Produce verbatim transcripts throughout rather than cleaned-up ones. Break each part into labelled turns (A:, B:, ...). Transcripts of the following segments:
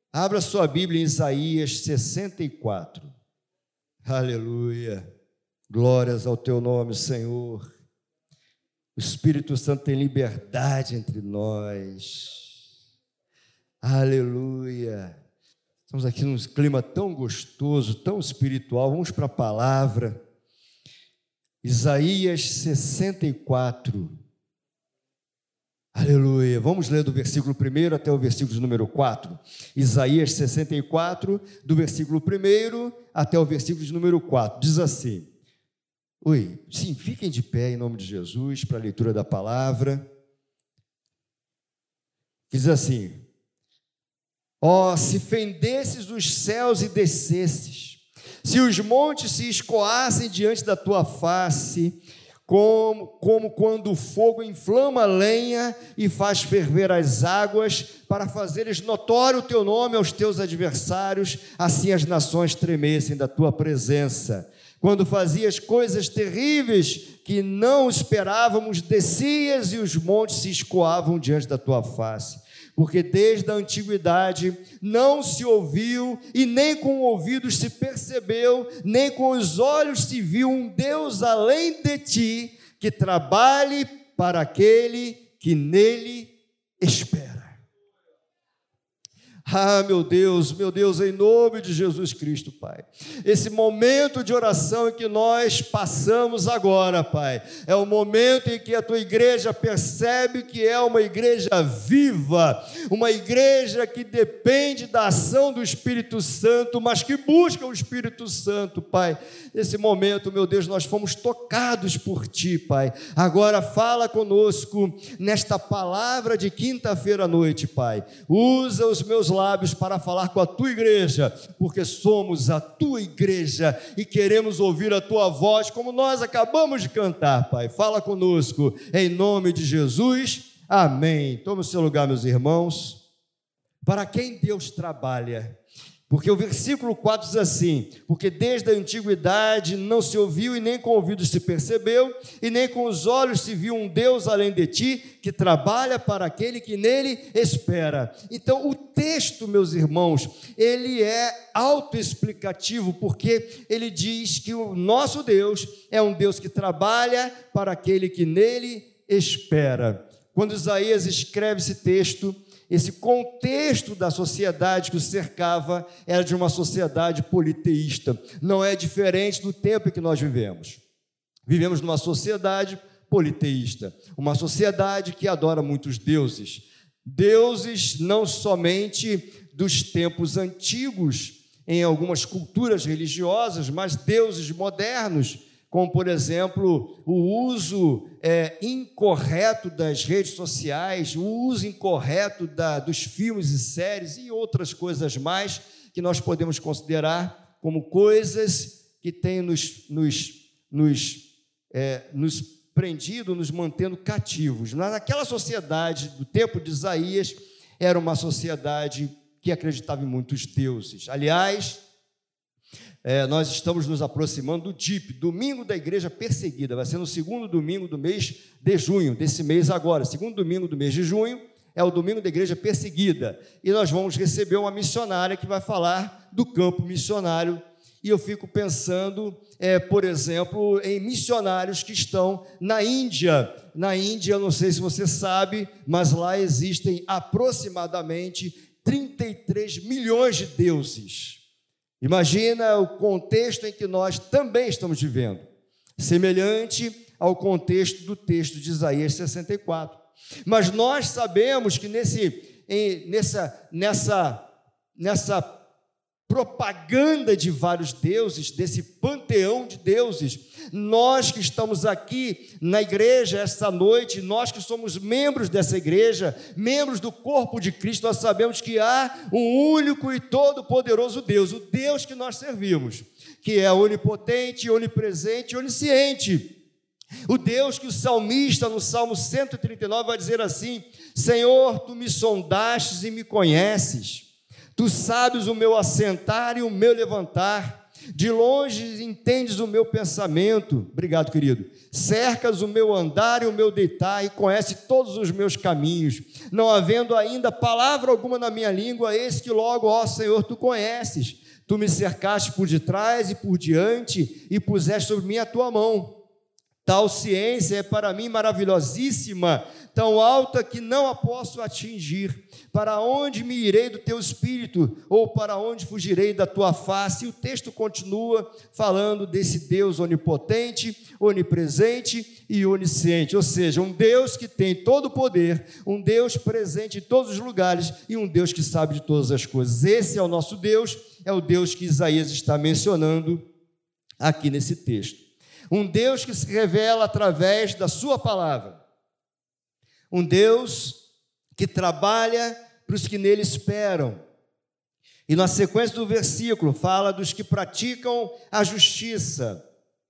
A: Abra sua Bíblia em Isaías sessenta e quatro. Aleluia. Glórias ao teu nome, Senhor. O Espírito Santo tem liberdade entre nós. Aleluia. Estamos aqui num clima tão gostoso, tão espiritual. Vamos para a palavra. Isaías sessenta e quatro. Aleluia. Vamos ler do versículo primeiro até o versículo de número quatro. Isaías sessenta e quatro, do versículo primeiro até o versículo de número quatro. Diz assim: Oi, sim, fiquem de pé em nome de Jesus para a leitura da palavra. Diz assim: Ó, oh, se fendesses os céus e descesses, se os montes se escoassem diante da tua face, como, como quando o fogo inflama a lenha e faz ferver as águas, para fazeres notório o teu nome aos teus adversários, assim as nações tremessem da tua presença. Quando fazias coisas terríveis que não esperávamos, descias e os montes se escoavam diante da tua face. Porque desde a antiguidade não se ouviu e nem com ouvidos se percebeu, nem com os olhos se viu um Deus além de ti, que trabalhe para aquele que nele espera. Ah, meu Deus, meu Deus, em nome de Jesus Cristo, Pai, esse momento de oração em que nós passamos agora, Pai, é o momento em que a Tua igreja percebe que é uma igreja viva, uma igreja que depende da ação do Espírito Santo, mas que busca o Espírito Santo, Pai. Nesse momento, meu Deus, nós fomos tocados por Ti, Pai. Agora fala conosco nesta palavra de quinta-feira à noite, Pai. Usa os meus lábios para falar com a Tua igreja, porque somos a Tua igreja e queremos ouvir a Tua voz, como nós acabamos de cantar, Pai. Fala conosco, em nome de Jesus. Amém. Tome o seu lugar, meus irmãos. Para quem Deus trabalha? Porque o versículo quatro diz assim: porque desde a antiguidade não se ouviu e nem com ouvidos se percebeu, e nem com os olhos se viu um Deus além de ti, que trabalha para aquele que nele espera. Então, o texto, meus irmãos, ele é autoexplicativo, porque ele diz que o nosso Deus é um Deus que trabalha para aquele que nele espera. Quando Isaías escreve esse texto, esse contexto da sociedade que o cercava era de uma sociedade politeísta. Não é diferente do tempo em que nós vivemos. Vivemos numa sociedade politeísta, uma sociedade que adora muitos deuses. Deuses não somente dos tempos antigos, em algumas culturas religiosas, mas deuses modernos, como, por exemplo, o uso é, incorreto das redes sociais, o uso incorreto da, dos filmes e séries e outras coisas mais que nós podemos considerar como coisas que têm nos, nos, nos, é, nos prendido, nos mantendo cativos. Mas naquela sociedade do tempo de Isaías, era uma sociedade que acreditava em muitos deuses. Aliás, É, nós estamos nos aproximando do D I P, Domingo da Igreja Perseguida. Vai ser no segundo domingo do mês de junho, desse mês agora. Segundo domingo do mês de junho é o Domingo da Igreja Perseguida. E nós vamos receber uma missionária que vai falar do campo missionário. E eu fico pensando, é, por exemplo, em missionários que estão na Índia. Na Índia, eu não sei se você sabe, mas lá existem aproximadamente trinta e três milhões de deuses. Imagina o contexto em que nós também estamos vivendo, semelhante ao contexto do texto de Isaías sessenta e quatro. Mas nós sabemos que nesse, em, nessa, nessa, nessa propaganda de vários deuses, desse panteão de deuses, nós que estamos aqui na igreja esta noite, nós que somos membros dessa igreja, membros do corpo de Cristo, nós sabemos que há um único e todo-poderoso Deus, o Deus que nós servimos, que é onipotente, onipresente e onisciente. O Deus que o salmista, no Salmo cento e trinta e nove, vai dizer assim: Senhor, tu me sondastes e me conheces, tu sabes o meu assentar e o meu levantar, De longe entendes o meu pensamento, obrigado, querido. Cercas o meu andar e o meu deitar, e conhece todos os meus caminhos. Não havendo ainda palavra alguma na minha língua, eis que logo, ó Senhor, tu conheces. Tu me cercaste por detrás e por diante, e puseste sobre mim a tua mão. Tal ciência é para mim maravilhosíssima, tão alta que não a posso atingir. Para onde me irei do teu espírito, ou para onde fugirei da tua face? E o texto continua falando desse Deus onipotente, onipresente e onisciente, ou seja, um Deus que tem todo o poder, um Deus presente em todos os lugares e um Deus que sabe de todas as coisas. Esse é o nosso Deus, é o Deus que Isaías está mencionando aqui nesse texto. Um Deus que se revela através da sua palavra. Um Deus que trabalha para os que nele esperam. E na sequência do versículo fala dos que praticam a justiça.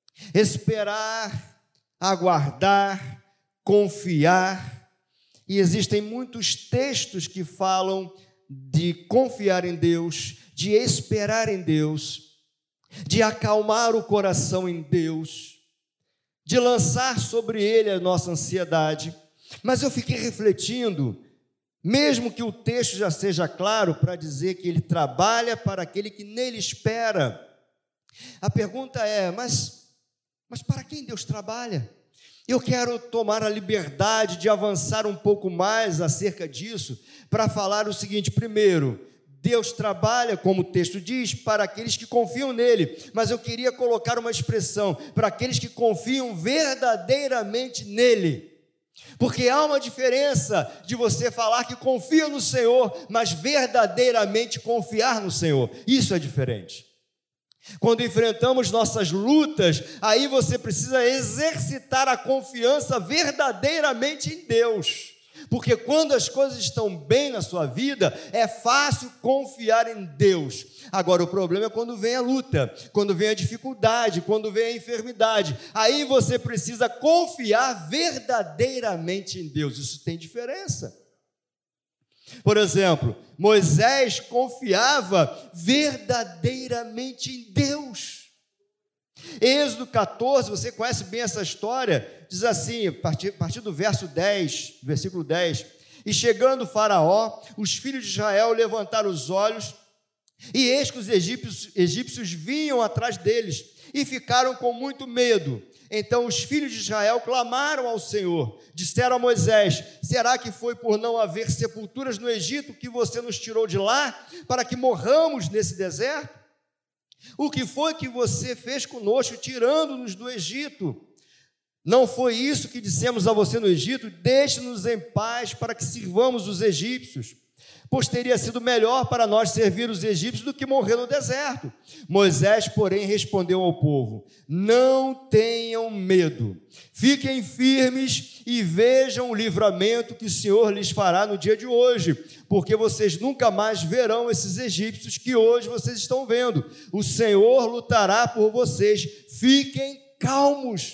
A: Esperar, aguardar, confiar. E existem muitos textos que falam de confiar em Deus, de esperar em Deus, de acalmar o coração em Deus, de lançar sobre Ele a nossa ansiedade. Mas eu fiquei refletindo, mesmo que o texto já seja claro para dizer que Ele trabalha para aquele que nele espera, a pergunta é, mas, mas para quem Deus trabalha? Eu quero tomar a liberdade de avançar um pouco mais acerca disso, para falar o seguinte: primeiro, Deus trabalha, como o texto diz, para aqueles que confiam nele, mas eu queria colocar uma expressão, para aqueles que confiam verdadeiramente nele, porque há uma diferença de você falar que confia no Senhor, mas verdadeiramente confiar no Senhor. Isso é diferente. Quando enfrentamos nossas lutas, aí você precisa exercitar a confiança verdadeiramente em Deus. Porque quando as coisas estão bem na sua vida, é fácil confiar em Deus. Agora, o problema é quando vem a luta, quando vem a dificuldade, quando vem a enfermidade. Aí você precisa confiar verdadeiramente em Deus. Isso tem diferença. Por exemplo, Moisés confiava verdadeiramente em Deus. Êxodo catorze, você conhece bem essa história, diz assim, a partir, a partir do verso dez, versículo dez, e chegando Faraó, os filhos de Israel levantaram os olhos, e eis que os egípcios, egípcios vinham atrás deles, e ficaram com muito medo. Então os filhos de Israel clamaram ao Senhor, disseram a Moisés: será que foi por não haver sepulturas no Egito que você nos tirou de lá, para que morramos nesse deserto? O que foi que você fez conosco, tirando-nos do Egito? Não foi isso que dissemos a você no Egito? Deixe-nos em paz para que sirvamos os egípcios, pois teria sido melhor para nós servir os egípcios do que morrer no deserto. Moisés, porém, respondeu ao povo: não tenham medo, fiquem firmes e vejam o livramento que o Senhor lhes fará no dia de hoje, porque vocês nunca mais verão esses egípcios que hoje vocês estão vendo. O Senhor lutará por vocês, fiquem calmos.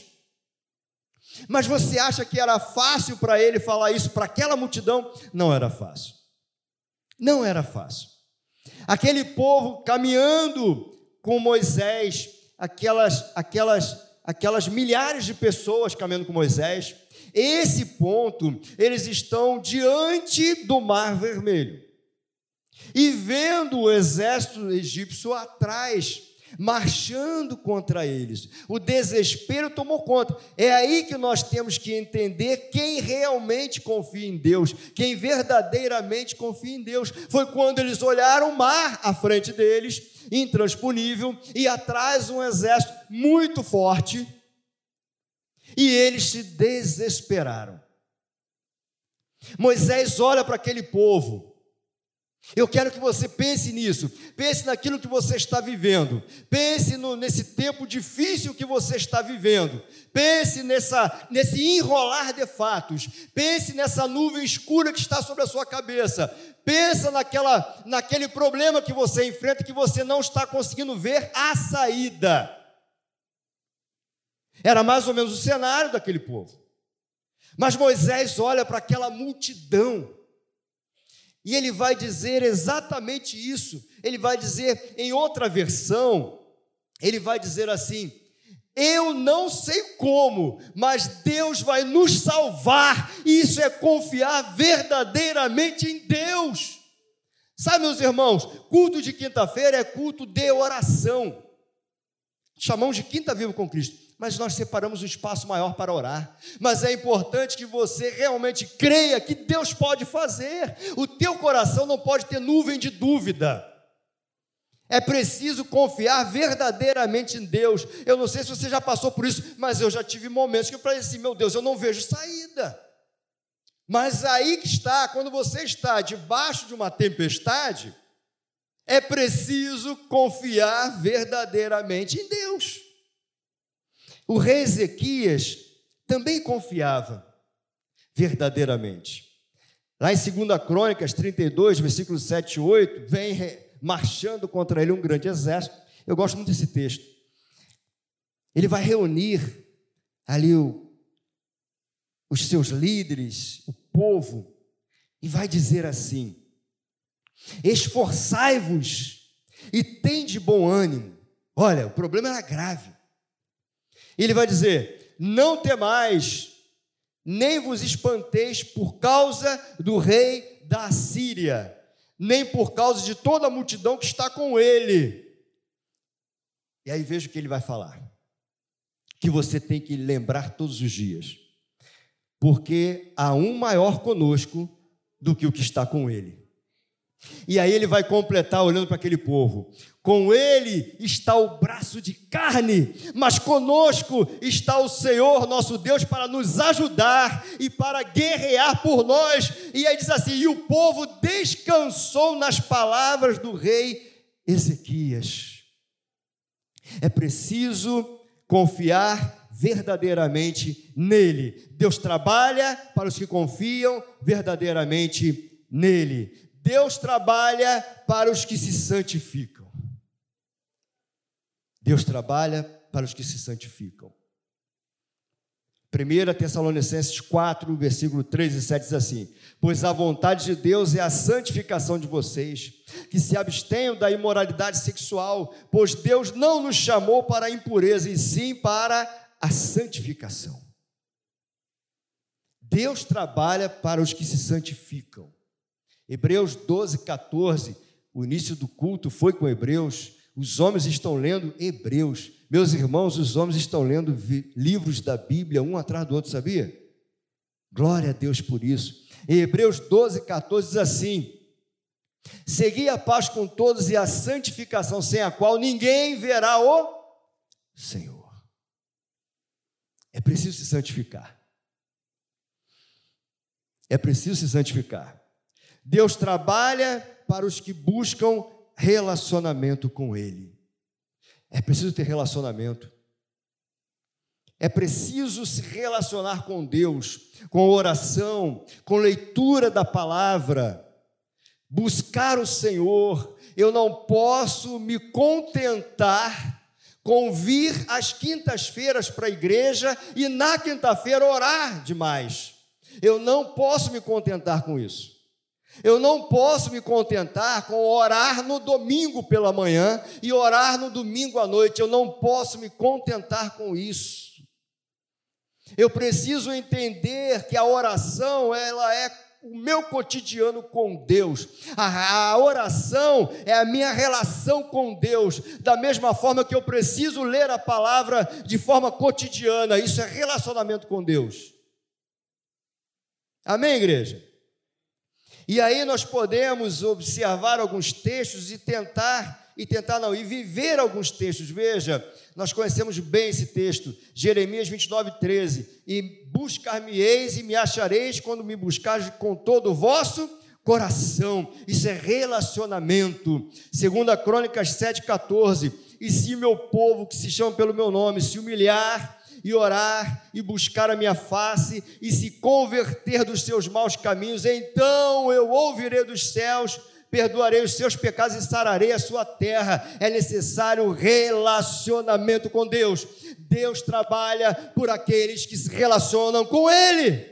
A: Mas você acha que era fácil para ele falar isso para aquela multidão? Não era fácil. Não era fácil. Aquele povo caminhando com Moisés, aquelas, aquelas, aquelas milhares de pessoas caminhando com Moisés, esse ponto, eles estão diante do Mar Vermelho e vendo o exército egípcio atrás, marchando contra eles. O desespero tomou conta. É aí que nós temos que entender quem realmente confia em Deus, quem verdadeiramente confia em Deus. Foi quando eles olharam o mar à frente deles, intransponível, e atrás um exército muito forte, e eles se desesperaram. Moisés olha para aquele povo. Eu quero que você pense nisso, pense naquilo que você está vivendo, pense no, nesse tempo difícil que você está vivendo, pense nessa, nesse enrolar de fatos, pense nessa nuvem escura que está sobre a sua cabeça, pensa naquela, naquele problema que você enfrenta, que você não está conseguindo ver a saída. Era mais ou menos o cenário daquele povo. Mas Moisés olha para aquela multidão, e ele vai dizer exatamente isso. Ele vai dizer em outra versão, ele vai dizer assim: eu não sei como, mas Deus vai nos salvar, e isso é confiar verdadeiramente em Deus. Sabe, meus irmãos, culto de quinta-feira é culto de oração, chamamos de Quinta Viva com Cristo, mas nós separamos um espaço maior para orar. Mas é importante que você realmente creia que Deus pode fazer, o teu coração não pode ter nuvem de dúvida. É preciso confiar verdadeiramente em Deus. Eu não sei se você já passou por isso, mas eu já tive momentos que eu falei assim: meu Deus, eu não vejo saída. Mas aí que está, quando você está debaixo de uma tempestade, é preciso confiar verdadeiramente em Deus. O rei Ezequias também confiava verdadeiramente. Lá em segunda Crônicas trinta e dois, versículos sete e oito, vem marchando contra ele um grande exército. Eu gosto muito desse texto. Ele vai reunir ali o, os seus líderes, o povo, e vai dizer assim: esforçai-vos e tende bom ânimo. Olha, o problema era grave. Ele vai dizer: não temais, nem vos espanteis por causa do rei da Assíria, nem por causa de toda a multidão que está com ele. E aí veja o que ele vai falar, que você tem que lembrar todos os dias: porque há um maior conosco do que o que está com ele. E aí ele vai completar olhando para aquele povo: com ele está o braço de carne, mas conosco está o Senhor nosso Deus para nos ajudar e para guerrear por nós. E aí diz assim: e o povo descansou nas palavras do rei Ezequias. É preciso confiar verdadeiramente nele. Deus trabalha para os que confiam verdadeiramente nele. Deus trabalha para os que se santificam. Deus trabalha para os que se santificam. primeira Tessalonicenses quatro, versículo três e sete diz assim: pois a vontade de Deus é a santificação de vocês, que se abstenham da imoralidade sexual, pois Deus não nos chamou para a impureza, e sim para a santificação. Deus trabalha para os que se santificam. Hebreus doze, catorze, o início do culto foi com Hebreus. Os homens estão lendo Hebreus. Meus irmãos, os homens estão lendo livros da Bíblia, um atrás do outro, sabia? Glória a Deus por isso. Em Hebreus doze, catorze diz assim: segui a paz com todos e a santificação, sem a qual ninguém verá o Senhor. É preciso se santificar. É preciso se santificar. Deus trabalha para os que buscam relacionamento com Ele. É preciso ter relacionamento. É preciso se relacionar com Deus, com oração, com leitura da palavra, buscar o Senhor. Eu não posso me contentar com vir às quintas-feiras para a igreja e na quinta-feira orar demais. Eu não posso me contentar com isso. Eu não posso me contentar com orar no domingo pela manhã e orar no domingo à noite. Eu não posso me contentar com isso. Eu preciso entender que a oração, ela é o meu cotidiano com Deus. A, a oração é a minha relação com Deus, da mesma forma que eu preciso ler a palavra de forma cotidiana. Isso é relacionamento com Deus. Amém, igreja? E aí nós podemos observar alguns textos e tentar, e tentar não, e viver alguns textos. Veja, nós conhecemos bem esse texto, Jeremias vinte e nove, treze, e buscar-me-eis e me achareis quando me buscares com todo o vosso coração. Isso é relacionamento. Segunda Crônicas sete, catorze, e se meu povo que se chama pelo meu nome se humilhar e orar, e buscar a minha face, e se converter dos seus maus caminhos, então eu ouvirei dos céus, perdoarei os seus pecados e sararei a sua terra. É necessário relacionamento com Deus. Deus trabalha por aqueles que se relacionam com Ele.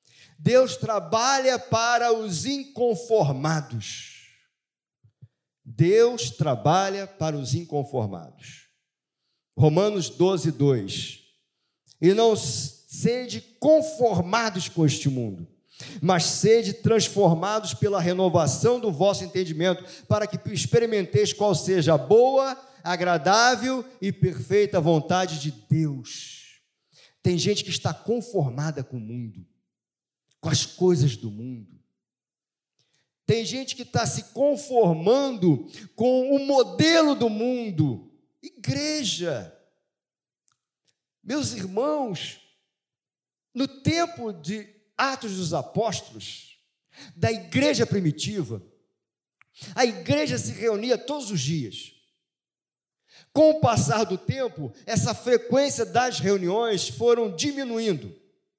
A: Deus trabalha para os inconformados. Deus trabalha para os inconformados. Romanos doze, dois. E não sede conformados com este mundo, mas sede transformados pela renovação do vosso entendimento, para que experimenteis qual seja a boa, agradável e perfeita vontade de Deus. Tem gente que está conformada com o mundo, com as coisas do mundo. Tem gente que está se conformando com o modelo do mundo. Igreja. Meus irmãos, no tempo de Atos dos Apóstolos, da igreja primitiva, a igreja se reunia todos os dias. Com o passar do tempo, essa frequência das reuniões foram diminuindo.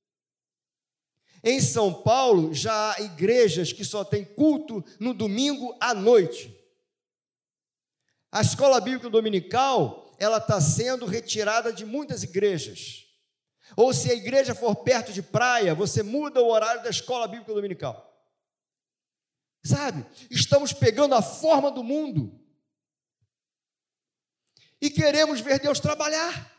A: Em São Paulo, já há igrejas que só têm culto no domingo à noite. A escola bíblica dominical, ela está sendo retirada de muitas igrejas. Ou se a igreja for perto de praia, você muda o horário da escola bíblica dominical. Sabe? Estamos pegando a forma do mundo e queremos ver Deus trabalhar.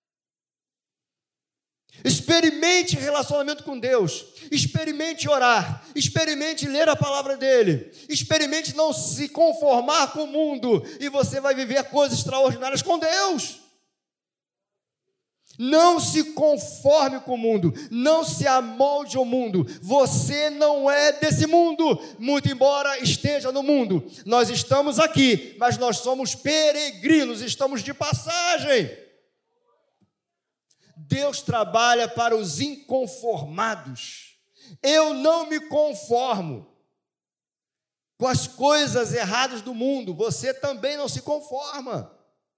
A: Experimente relacionamento com Deus, experimente orar, experimente ler a palavra dele, experimente não se conformar com o mundo e você vai viver coisas extraordinárias com Deus. Não se conforme com o mundo, não se amolde ao mundo, você não é desse mundo, muito embora esteja no mundo. Nós estamos aqui, mas nós somos peregrinos, estamos de passagem. Deus trabalha para os inconformados. Eu não me conformo com as coisas erradas do mundo, você também não se conforma.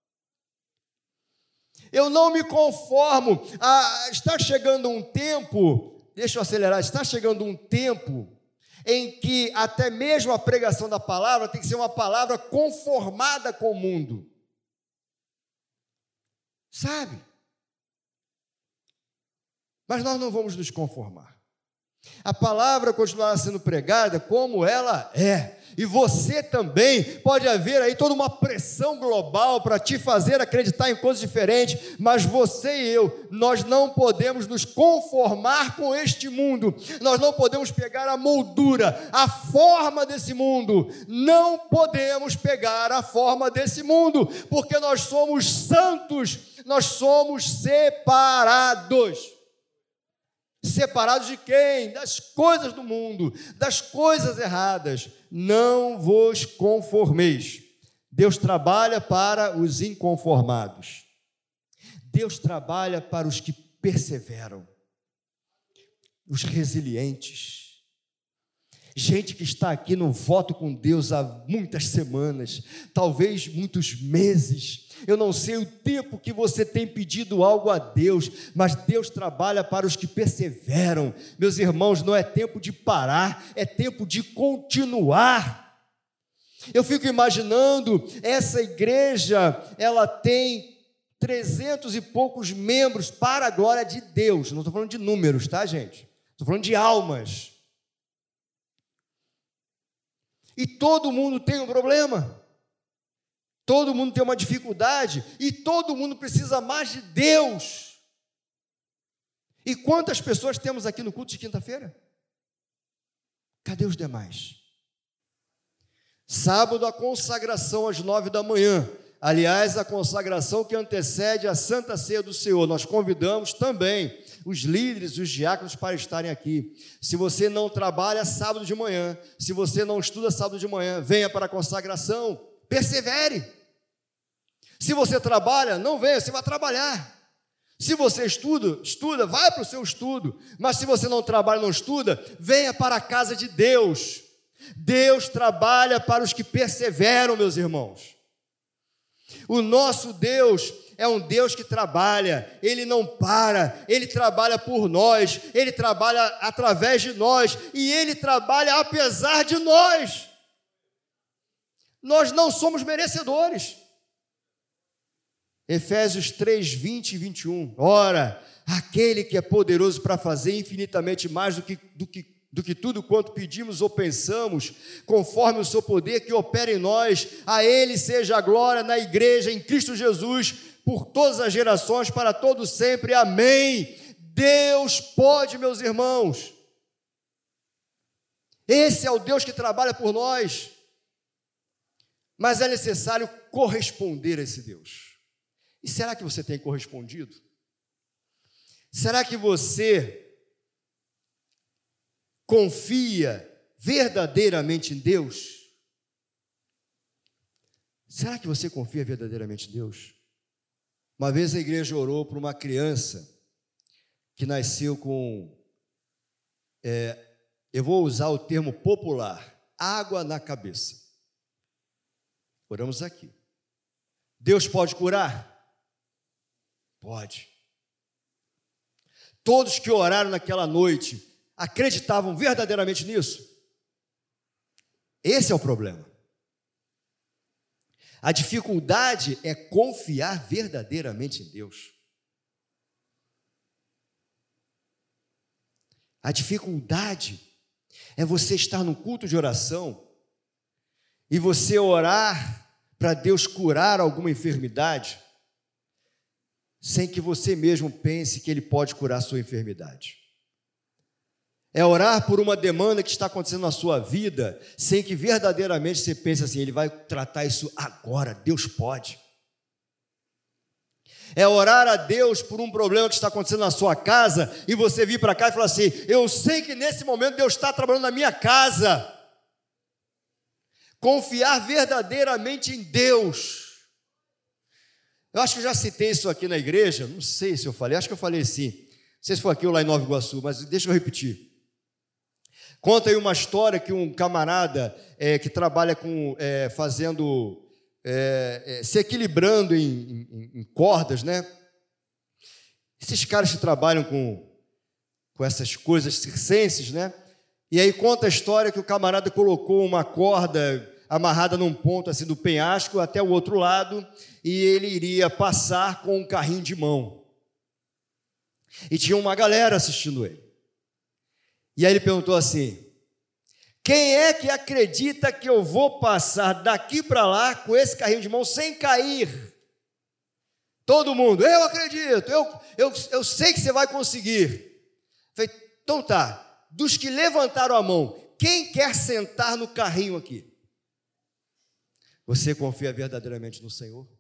A: Eu não me conformo. Ah, está chegando um tempo, deixa eu acelerar, está chegando um tempo em que até mesmo a pregação da palavra tem que ser uma palavra conformada com o mundo. Sabe? Mas nós não vamos nos conformar. A palavra continuará sendo pregada como ela é. E você também, pode haver aí toda uma pressão global para te fazer acreditar em coisas diferentes, mas você e eu, nós não podemos nos conformar com este mundo, nós não podemos pegar a moldura, a forma desse mundo, não podemos pegar a forma desse mundo, porque nós somos santos, nós somos separados. Separados de quem? Das coisas do mundo, das coisas erradas. Não vos conformeis. Deus trabalha para os inconformados. Deus trabalha para os que perseveram, os resilientes. Gente que está aqui no voto com Deus há muitas semanas, talvez muitos meses. Eu não sei o tempo que você tem pedido algo a Deus, mas Deus trabalha para os que perseveram. Meus irmãos, não é tempo de parar, é tempo de continuar. Eu fico imaginando, essa igreja, ela tem trezentos e poucos membros para a glória de Deus. Não estou falando de números, tá, gente? Estou falando de almas. E todo mundo tem um problema. Todo mundo tem uma dificuldade e todo mundo precisa mais de Deus. E quantas pessoas temos aqui no culto de quinta-feira? Cadê os demais? Sábado, a consagração às nove da manhã. Aliás, a consagração que antecede a Santa Ceia do Senhor. Nós convidamos também os líderes, os diáconos para estarem aqui. Se você não trabalha sábado de manhã, se você não estuda sábado de manhã, venha para a consagração, persevere. Se você trabalha, não venha, você vai trabalhar. Se você estuda, estuda, vai para o seu estudo. Mas se você não trabalha, não estuda, venha para a casa de Deus. Deus trabalha para os que perseveram, meus irmãos. O nosso Deus é um Deus que trabalha, Ele não para, Ele trabalha por nós, Ele trabalha através de nós, e Ele trabalha apesar de nós. Nós não somos merecedores. Efésios três, vinte e vinte e um. Ora, aquele que é poderoso para fazer infinitamente mais do que, do que do que tudo quanto pedimos ou pensamos, conforme o seu poder que opera em nós. A Ele seja a glória na igreja, em Cristo Jesus, por todas as gerações, para todos sempre. Amém. Deus pode, meus irmãos. Esse é o Deus que trabalha por nós. Mas é necessário corresponder a esse Deus. E será que você tem correspondido? Será que você confia verdadeiramente em Deus? Será que você confia verdadeiramente em Deus? Uma vez a igreja orou por uma criança que nasceu com, é, eu vou usar o termo popular, água na cabeça. Oramos aqui. Deus pode curar? Pode. Todos que oraram naquela noite acreditavam verdadeiramente nisso? Esse é o problema. A dificuldade é confiar verdadeiramente em Deus. A dificuldade é você estar no culto de oração e você orar para Deus curar alguma enfermidade, sem que você mesmo pense que Ele pode curar a sua enfermidade. É orar por uma demanda que está acontecendo na sua vida, sem que verdadeiramente você pense assim, Ele vai tratar isso agora, Deus pode. É orar a Deus por um problema que está acontecendo na sua casa, e você vir para cá e falar assim, eu sei que nesse momento Deus está trabalhando na minha casa. Confiar verdadeiramente em Deus. Eu acho que eu já citei isso aqui na igreja, não sei se eu falei, acho que eu falei sim. Não sei se foi aqui ou lá em Nova Iguaçu, mas deixa eu repetir. Conta aí uma história que um camarada é, que trabalha com, é, fazendo, é, é, se equilibrando em, em, em cordas, né? Esses caras que trabalham com, com essas coisas circenses, né? E aí conta a história que o camarada colocou uma corda amarrada num ponto assim do penhasco até o outro lado, e ele iria passar com um carrinho de mão. E tinha uma galera assistindo ele. E aí ele perguntou assim, quem é que acredita que eu vou passar daqui para lá com esse carrinho de mão sem cair? Todo mundo, eu acredito, eu, eu, eu sei que você vai conseguir. Falei, então tá, dos que levantaram a mão, quem quer sentar no carrinho aqui? Você confia verdadeiramente no Senhor?